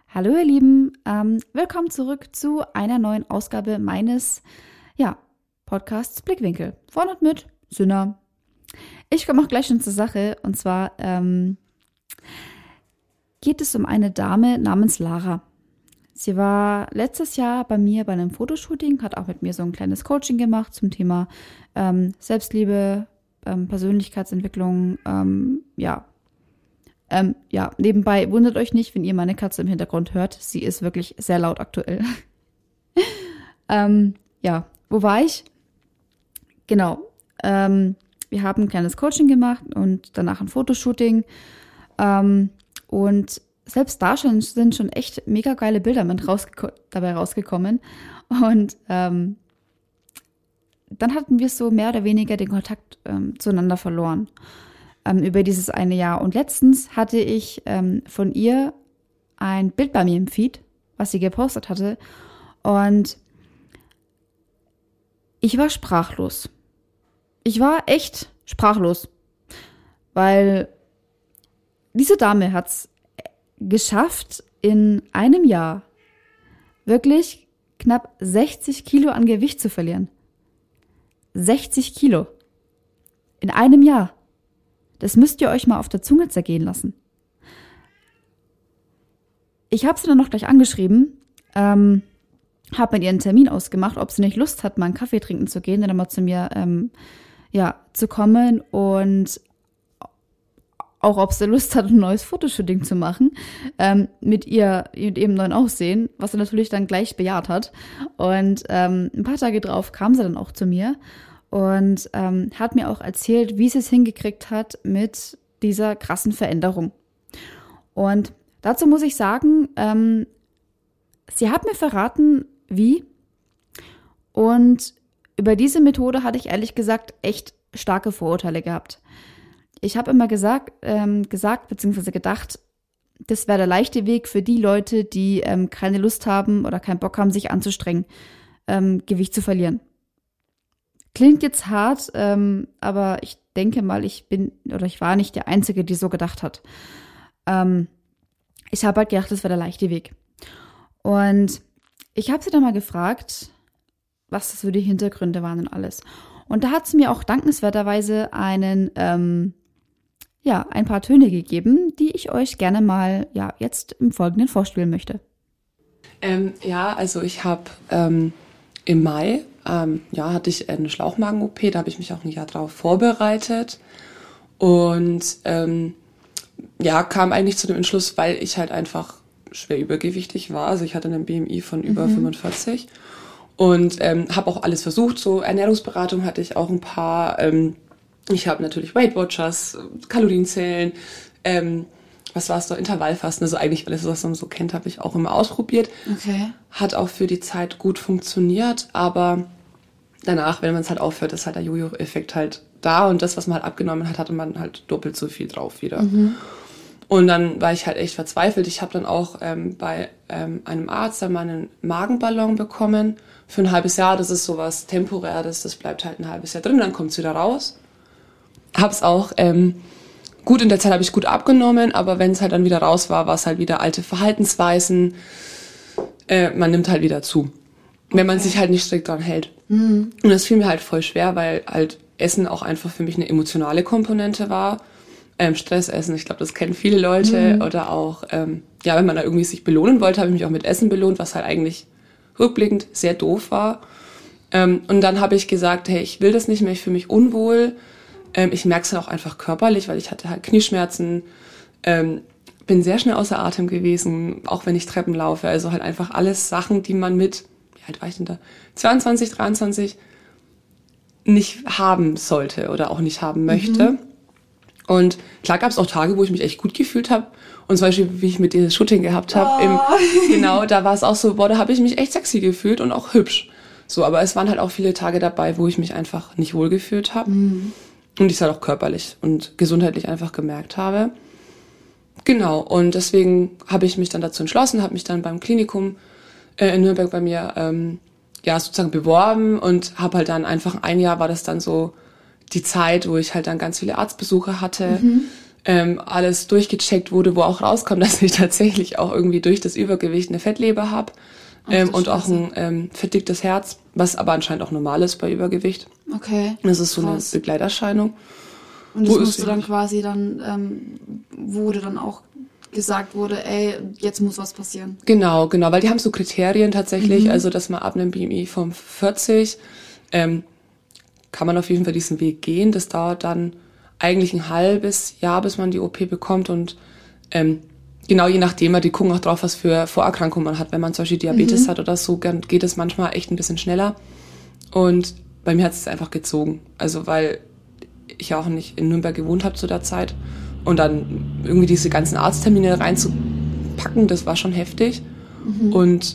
Hallo ihr Lieben, willkommen zurück zu einer neuen Ausgabe meines Podcasts Blickwinkel von und mit Sünna. Ich komme auch gleich schon zur Sache und zwar geht es um eine Dame namens Lara. Sie war letztes Jahr bei mir bei einem Fotoshooting, hat auch mit mir so ein kleines Coaching gemacht zum Thema Selbstliebe, Persönlichkeitsentwicklung, nebenbei wundert euch nicht, wenn ihr meine Katze im Hintergrund hört. Sie ist wirklich sehr laut aktuell. Wo war ich? Genau. Wir haben ein kleines Coaching gemacht und danach ein Fotoshooting. Und selbst da sind schon echt mega geile Bilder dabei rausgekommen. Und dann hatten wir so mehr oder weniger den Kontakt zueinander verloren. Über dieses eine Jahr. Und letztens hatte ich von ihr ein Bild bei mir im Feed, was sie gepostet hatte. Und ich war sprachlos. Ich war echt sprachlos. Weil diese Dame hat es geschafft, in einem Jahr wirklich knapp 60 Kilo an Gewicht zu verlieren. 60 Kilo. In einem Jahr. Das müsst ihr euch mal auf der Zunge zergehen lassen. Ich habe sie dann noch gleich angeschrieben, habe mit ihr einen Termin ausgemacht, ob sie nicht Lust hat, mal einen Kaffee trinken zu gehen, dann mal zu mir zu kommen und auch ob sie Lust hat, ein neues Fotoshooting zu machen mit ihrem neuen Aussehen, was sie natürlich dann gleich bejaht hat. Und ein paar Tage drauf kam sie dann auch zu mir und hat mir auch erzählt, wie sie es hingekriegt hat mit dieser krassen Veränderung. Und dazu muss ich sagen, sie hat mir verraten, wie. Und über diese Methode hatte ich ehrlich gesagt echt starke Vorurteile gehabt. Ich habe immer gesagt bzw. gedacht, das wäre der leichte Weg für die Leute, die keine Lust haben oder keinen Bock haben, sich anzustrengen, Gewicht zu verlieren. Klingt jetzt hart, aber ich denke mal, ich war nicht der Einzige, die so gedacht hat. Ich habe halt gedacht, das wäre der leichte Weg. Und ich habe sie dann mal gefragt, was das für die Hintergründe waren und alles. Und da hat sie mir auch dankenswerterweise ein paar Töne gegeben, die ich euch gerne mal jetzt im Folgenden vorspielen möchte. Also ich habe im Mai hatte ich eine Schlauchmagen-OP, da habe ich mich auch ein Jahr drauf vorbereitet und kam eigentlich zu dem Entschluss, weil ich halt einfach schwer übergewichtig war, also ich hatte einen BMI von über 45 und habe auch alles versucht, so Ernährungsberatung hatte ich auch ein paar, ich habe natürlich Weight Watchers, Kalorienzählen, was war es da, Intervallfasten, also eigentlich alles, was man so kennt, habe ich auch immer ausprobiert. Okay. Hat auch für die Zeit gut funktioniert, aber danach, wenn man es halt aufhört, ist halt der Jojo-Effekt halt da und das, was man halt abgenommen hat, hatte man halt doppelt so viel drauf wieder. Und dann war ich halt echt verzweifelt. Ich habe dann auch bei einem Arzt dann mal einen Magenballon bekommen für ein halbes Jahr. Das ist sowas Temporäres, das bleibt halt ein halbes Jahr drin, dann kommt es wieder raus. Hab's auch gut, in der Zeit habe ich gut abgenommen, aber wenn es halt dann wieder raus war, war es halt wieder alte Verhaltensweisen. Man nimmt halt wieder zu, wenn man sich halt nicht strikt dran hält. Und das fiel mir halt voll schwer, weil halt Essen auch einfach für mich eine emotionale Komponente war. Stressessen, ich glaube, das kennen viele Leute. Oder auch, wenn man da irgendwie sich belohnen wollte, habe ich mich auch mit Essen belohnt, was halt eigentlich rückblickend sehr doof war. Und dann habe ich gesagt, hey, ich will das nicht mehr, ich fühle mich unwohl. Ich merke es dann auch einfach körperlich, weil ich hatte halt Knieschmerzen, bin sehr schnell außer Atem gewesen, auch wenn ich Treppen laufe. Also halt einfach alles Sachen, die man mit, wie alt war ich denn da, 22, 23 nicht haben sollte oder auch nicht haben möchte. Und klar gab es auch Tage, wo ich mich echt gut gefühlt habe. Und zum Beispiel, wie ich mit dir das Shooting gehabt habe, genau, da war es auch so, da habe ich mich echt sexy gefühlt und auch hübsch. So, aber es waren halt auch viele Tage dabei, wo ich mich einfach nicht wohl gefühlt habe. Und ich es halt auch körperlich und gesundheitlich einfach gemerkt habe. Genau, und deswegen habe ich mich dann dazu entschlossen, habe mich dann beim Klinikum in Nürnberg bei mir sozusagen beworben und habe halt dann einfach ein Jahr war das dann so die Zeit, wo ich halt dann ganz viele Arztbesuche hatte, alles durchgecheckt wurde, wo auch rauskam, dass ich tatsächlich auch irgendwie durch das Übergewicht eine Fettleber habe und auch ein verdicktes Herz, was aber anscheinend auch normal ist bei Übergewicht. Okay. Das ist so eine Krass. Begleiterscheinung. Und das musste dann quasi wurde dann auch gesagt wurde, ey, jetzt muss was passieren. Genau, weil die haben so Kriterien tatsächlich, also dass man ab einem BMI von 40 kann man auf jeden Fall diesen Weg gehen. Das dauert dann eigentlich ein halbes Jahr, bis man die OP bekommt und genau je nachdem, die gucken auch drauf, was für Vorerkrankungen man hat. Wenn man zum Beispiel Diabetes hat oder so, geht es manchmal echt ein bisschen schneller. Und bei mir hat es einfach gezogen. Also weil ich ja auch nicht in Nürnberg gewohnt habe zu der Zeit. Und dann irgendwie diese ganzen Arzttermine reinzupacken, das war schon heftig. Und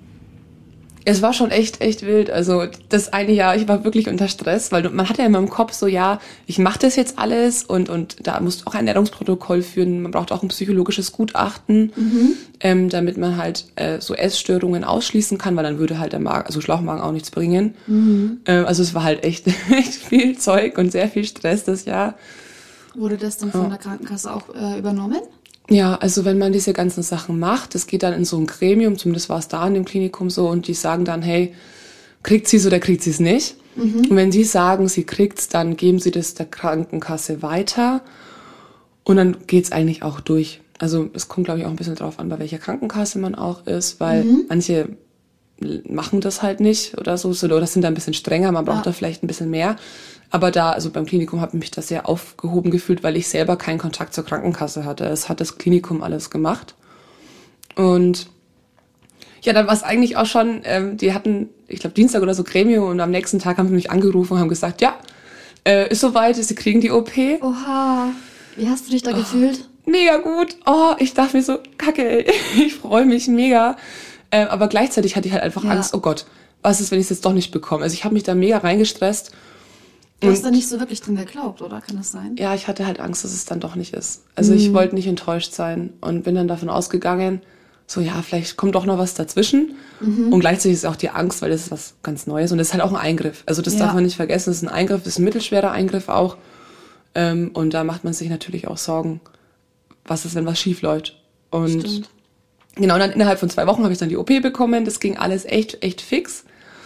es war schon echt wild. Also das eine Jahr, ich war wirklich unter Stress, weil man hat ja immer im Kopf so, ja, ich mache das jetzt alles und da musst du auch ein Ernährungsprotokoll führen. Man braucht auch ein psychologisches Gutachten, damit man halt so Essstörungen ausschließen kann, weil dann würde halt der Magen, also Schlauchmagen auch nichts bringen. Also es war halt echt viel Zeug und sehr viel Stress das Jahr. Wurde das dann von der Krankenkasse auch übernommen? Ja, also wenn man diese ganzen Sachen macht, das geht dann in so ein Gremium, zumindest war es da in dem Klinikum so, und die sagen dann, hey, kriegt sie es oder kriegt sie es nicht? Und wenn sie sagen, sie kriegt's, dann geben sie das der Krankenkasse weiter und dann geht's eigentlich auch durch. Also es kommt, glaube ich, auch ein bisschen drauf an, bei welcher Krankenkasse man auch ist, weil manche machen das halt nicht oder so oder sind da ein bisschen strenger, man braucht da vielleicht ein bisschen mehr. Aber da, also beim Klinikum habe ich mich da sehr aufgehoben gefühlt, weil ich selber keinen Kontakt zur Krankenkasse hatte. Es hat das Klinikum alles gemacht. Und ja, dann war es eigentlich auch schon, die hatten, ich glaube, Dienstag oder so Gremium und am nächsten Tag haben sie mich angerufen und haben gesagt, ja, ist soweit, sie kriegen die OP. Oha, wie hast du dich da gefühlt? Mega gut. Oh, ich dachte mir so, kacke, ey. Ich freue mich mega. Aber gleichzeitig hatte ich halt einfach Angst, oh Gott, was ist, wenn ich es jetzt doch nicht bekomme? Also ich habe mich da mega reingestresst. Du hast da nicht so wirklich dran geglaubt, oder? Kann das sein? Ja, ich hatte halt Angst, dass es dann doch nicht ist. Also ich wollte nicht enttäuscht sein und bin dann davon ausgegangen, so ja, vielleicht kommt doch noch was dazwischen. Und gleichzeitig ist auch die Angst, weil das ist was ganz Neues und das ist halt auch ein Eingriff. Also das darf man nicht vergessen, das ist ein Eingriff, das ist ein mittelschwerer Eingriff auch. Und da macht man sich natürlich auch Sorgen, was ist, wenn was schief läuft. Und genau, dann innerhalb von 2 Wochen habe ich dann die OP bekommen. Das ging alles echt fix.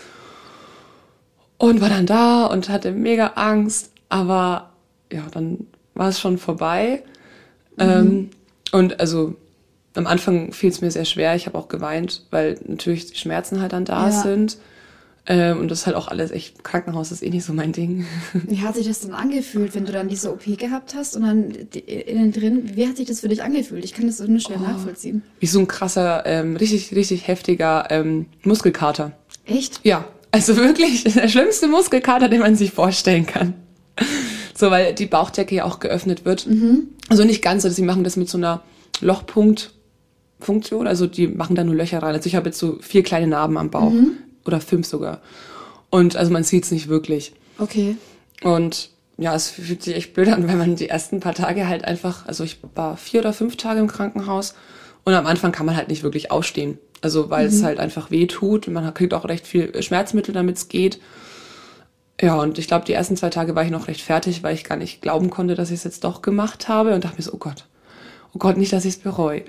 Und war dann da und hatte mega Angst. Aber ja, dann war es schon vorbei. Und also am Anfang fiel es mir sehr schwer. Ich habe auch geweint, weil natürlich die Schmerzen halt dann da sind. Und das ist halt auch alles echt, Krankenhaus ist eh nicht so mein Ding. Wie hat sich das dann angefühlt, wenn du dann diese OP gehabt hast und dann innen drin, wie hat sich das für dich angefühlt? Ich kann das so nur schwer nachvollziehen. Wie so ein krasser, richtig heftiger Muskelkater. Echt? Ja, also wirklich der schlimmste Muskelkater, den man sich vorstellen kann. So, weil die Bauchdecke ja auch geöffnet wird. Also nicht ganz, also sie machen das mit so einer Lochpunktfunktion, also die machen da nur Löcher rein. Also ich habe jetzt so 4 kleine Narben am Bauch. Oder 5 sogar. Und also man sieht es nicht wirklich. Okay. Und ja, es fühlt sich echt blöd an, wenn man die ersten paar Tage halt einfach, also ich war 4 oder 5 Tage im Krankenhaus und am Anfang kann man halt nicht wirklich aufstehen. Also weil es halt einfach weh tut und man kriegt auch recht viel Schmerzmittel, damit es geht. Ja, und ich glaube, die ersten 2 Tage war ich noch recht fertig, weil ich gar nicht glauben konnte, dass ich es jetzt doch gemacht habe und dachte mir so, oh Gott, nicht, dass ich es bereue.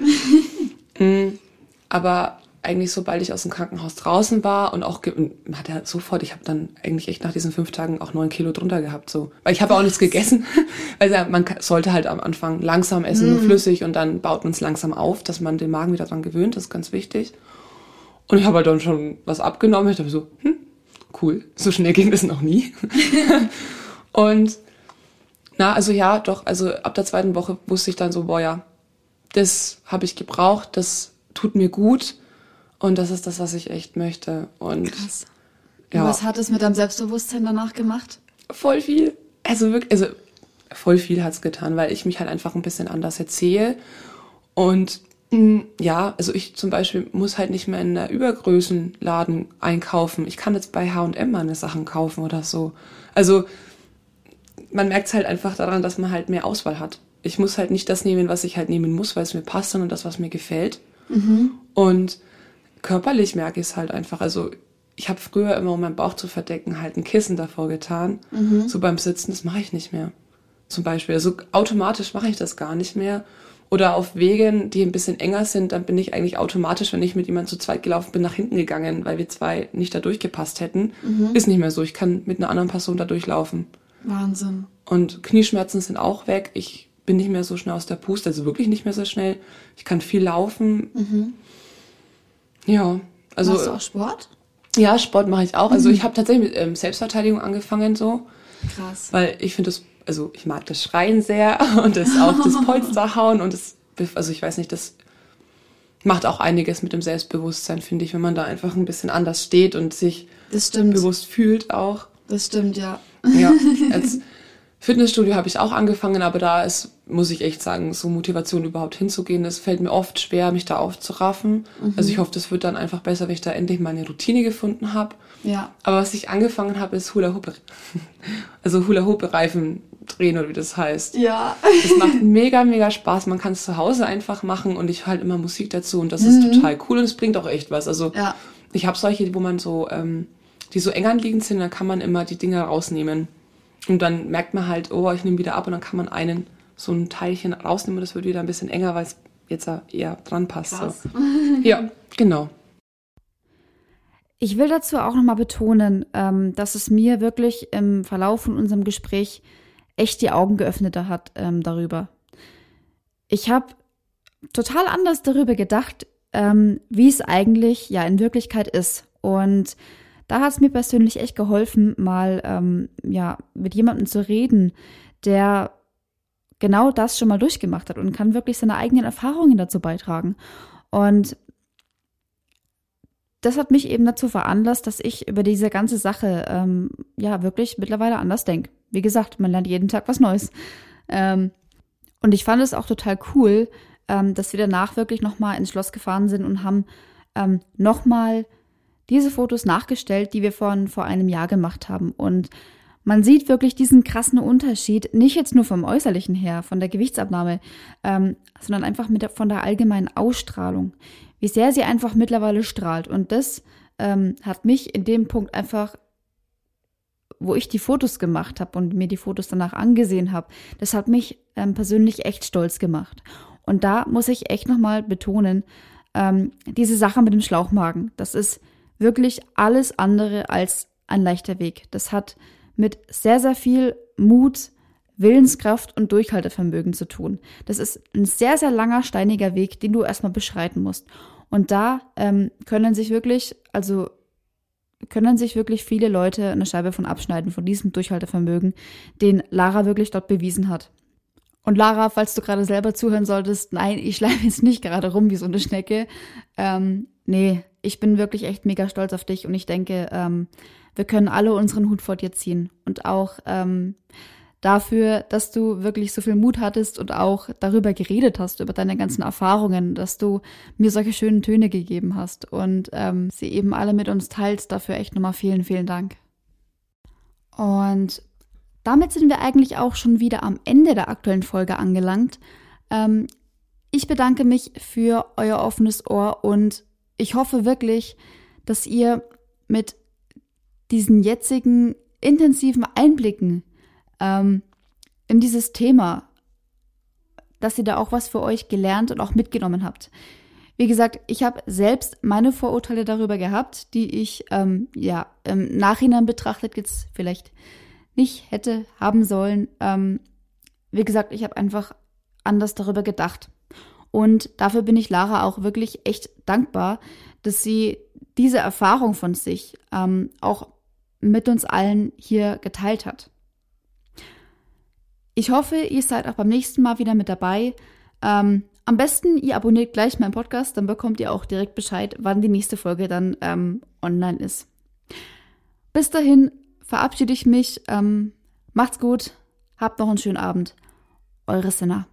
Aber eigentlich, sobald ich aus dem Krankenhaus draußen war und auch, hat er sofort, ich habe dann eigentlich echt nach diesen 5 Tagen auch 9 Kilo drunter gehabt, so. Weil ich habe auch nichts gegessen. Also man sollte halt am Anfang langsam essen, nur flüssig und dann baut man es langsam auf, dass man den Magen wieder dran gewöhnt, das ist ganz wichtig. Und ich habe halt dann schon was abgenommen. Ich dachte so, cool, so schnell ging das noch nie. Und also ja, doch, also ab der 2. Woche wusste ich dann so, boah ja, das habe ich gebraucht, das tut mir gut. Und das ist das, was ich echt möchte. Und krass. Ja. Und was hat es mit deinem Selbstbewusstsein danach gemacht? Voll viel. Also wirklich, also voll viel hat's getan, weil ich mich halt einfach ein bisschen anders erzähle. Und ja, also ich zum Beispiel muss halt nicht mehr in einer Übergrößenladen einkaufen. Ich kann jetzt bei H&M meine Sachen kaufen oder so. Also man merkt's halt einfach daran, dass man halt mehr Auswahl hat. Ich muss halt nicht das nehmen, was ich halt nehmen muss, weil es mir passt, sondern das, was mir gefällt. Und körperlich merke ich es halt einfach. Also ich habe früher immer, um meinen Bauch zu verdecken, halt ein Kissen davor getan. So beim Sitzen, das mache ich nicht mehr. zum Beispiel. Also automatisch mache ich das gar nicht mehr. Oder auf Wegen, die ein bisschen enger sind, dann bin ich eigentlich automatisch, wenn ich mit jemandem zu zweit gelaufen bin, nach hinten gegangen, weil wir zwei nicht da durchgepasst hätten. Ist nicht mehr so. Ich kann mit einer anderen Person da durchlaufen. Wahnsinn. Und Knieschmerzen sind auch weg. Ich bin nicht mehr so schnell aus der Puste, also wirklich nicht mehr so schnell. Ich kann viel laufen. Ja, also. Machst du auch Sport? Ja, Sport mache ich auch. Also ich habe tatsächlich mit Selbstverteidigung angefangen so. Krass. Weil ich finde das, also ich mag das Schreien sehr und das auch das Polster hauen und das, also ich weiß nicht, das macht auch einiges mit dem Selbstbewusstsein, finde ich, wenn man da einfach ein bisschen anders steht und sich bewusst fühlt auch. Das stimmt, ja. Ja, als Fitnessstudio habe ich auch angefangen, aber da ist, muss ich echt sagen, so Motivation überhaupt hinzugehen, das fällt mir oft schwer, mich da aufzuraffen. Also ich hoffe, das wird dann einfach besser, wenn ich da endlich meine Routine gefunden habe. Ja. Aber was ich angefangen habe, ist Hula-Hoop. Also Hula-Hoop-Reifen drehen oder wie das heißt. Ja. Das macht mega, mega Spaß. Man kann es zu Hause einfach machen und ich halt immer Musik dazu und das ist total cool und es bringt auch echt was. Also ich habe solche, wo man so, die so eng anliegend sind, dann kann man immer die Dinger rausnehmen. Und dann merkt man halt, oh, ich nehme wieder ab und dann kann man so ein Teilchen rausnehmen und das wird wieder ein bisschen enger, weil es jetzt eher dran passt. So. Ja, genau. Ich will dazu auch nochmal betonen, dass es mir wirklich im Verlauf von unserem Gespräch echt die Augen geöffnet hat darüber. Ich habe total anders darüber gedacht, wie es eigentlich ja in Wirklichkeit ist. Und da hat es mir persönlich echt geholfen, mal mit jemandem zu reden, der genau das schon mal durchgemacht hat und kann wirklich seine eigenen Erfahrungen dazu beitragen. Und das hat mich eben dazu veranlasst, dass ich über diese ganze Sache wirklich mittlerweile anders denke. Wie gesagt, man lernt jeden Tag was Neues. Und ich fand es auch total cool, dass wir danach wirklich nochmal ins Schloss gefahren sind und haben nochmal diese Fotos nachgestellt, die wir vor einem Jahr gemacht haben. Und man sieht wirklich diesen krassen Unterschied, nicht jetzt nur vom Äußerlichen her, von der Gewichtsabnahme, sondern einfach von der allgemeinen Ausstrahlung. Wie sehr sie einfach mittlerweile strahlt. Und das hat mich in dem Punkt einfach, wo ich die Fotos gemacht habe und mir die Fotos danach angesehen habe, das hat mich persönlich echt stolz gemacht. Und da muss ich echt nochmal betonen, diese Sache mit dem Schlauchmagen, das ist wirklich alles andere als ein leichter Weg. Das hat mit sehr, sehr viel Mut, Willenskraft und Durchhaltevermögen zu tun. Das ist ein sehr, sehr langer, steiniger Weg, den du erstmal beschreiten musst. Und da können sich wirklich viele Leute eine Scheibe von abschneiden, von diesem Durchhaltevermögen, den Lara wirklich dort bewiesen hat. Und Lara, falls du gerade selber zuhören solltest, nein, ich schleime jetzt nicht gerade rum wie so eine Schnecke. Nee, ich bin wirklich echt mega stolz auf dich und ich denke, wir können alle unseren Hut vor dir ziehen. Und auch dafür, dass du wirklich so viel Mut hattest und auch darüber geredet hast, über deine ganzen Erfahrungen, dass du mir solche schönen Töne gegeben hast und sie eben alle mit uns teilst. Dafür echt nochmal vielen, vielen Dank. Und damit sind wir eigentlich auch schon wieder am Ende der aktuellen Folge angelangt. Ich bedanke mich für euer offenes Ohr und ich hoffe wirklich, dass ihr mit diesen jetzigen intensiven Einblicken in dieses Thema, dass ihr da auch was für euch gelernt und auch mitgenommen habt. Wie gesagt, ich habe selbst meine Vorurteile darüber gehabt, die ich im Nachhinein betrachtet jetzt vielleicht nicht hätte haben sollen. Wie gesagt, ich habe einfach anders darüber gedacht. Und dafür bin ich Lara auch wirklich echt dankbar, dass sie diese Erfahrung von sich auch mit uns allen hier geteilt hat. Ich hoffe, ihr seid auch beim nächsten Mal wieder mit dabei. Am besten, ihr abonniert gleich meinen Podcast, dann bekommt ihr auch direkt Bescheid, wann die nächste Folge dann online ist. Bis dahin verabschiede ich mich. Macht's gut, habt noch einen schönen Abend. Eure Senna.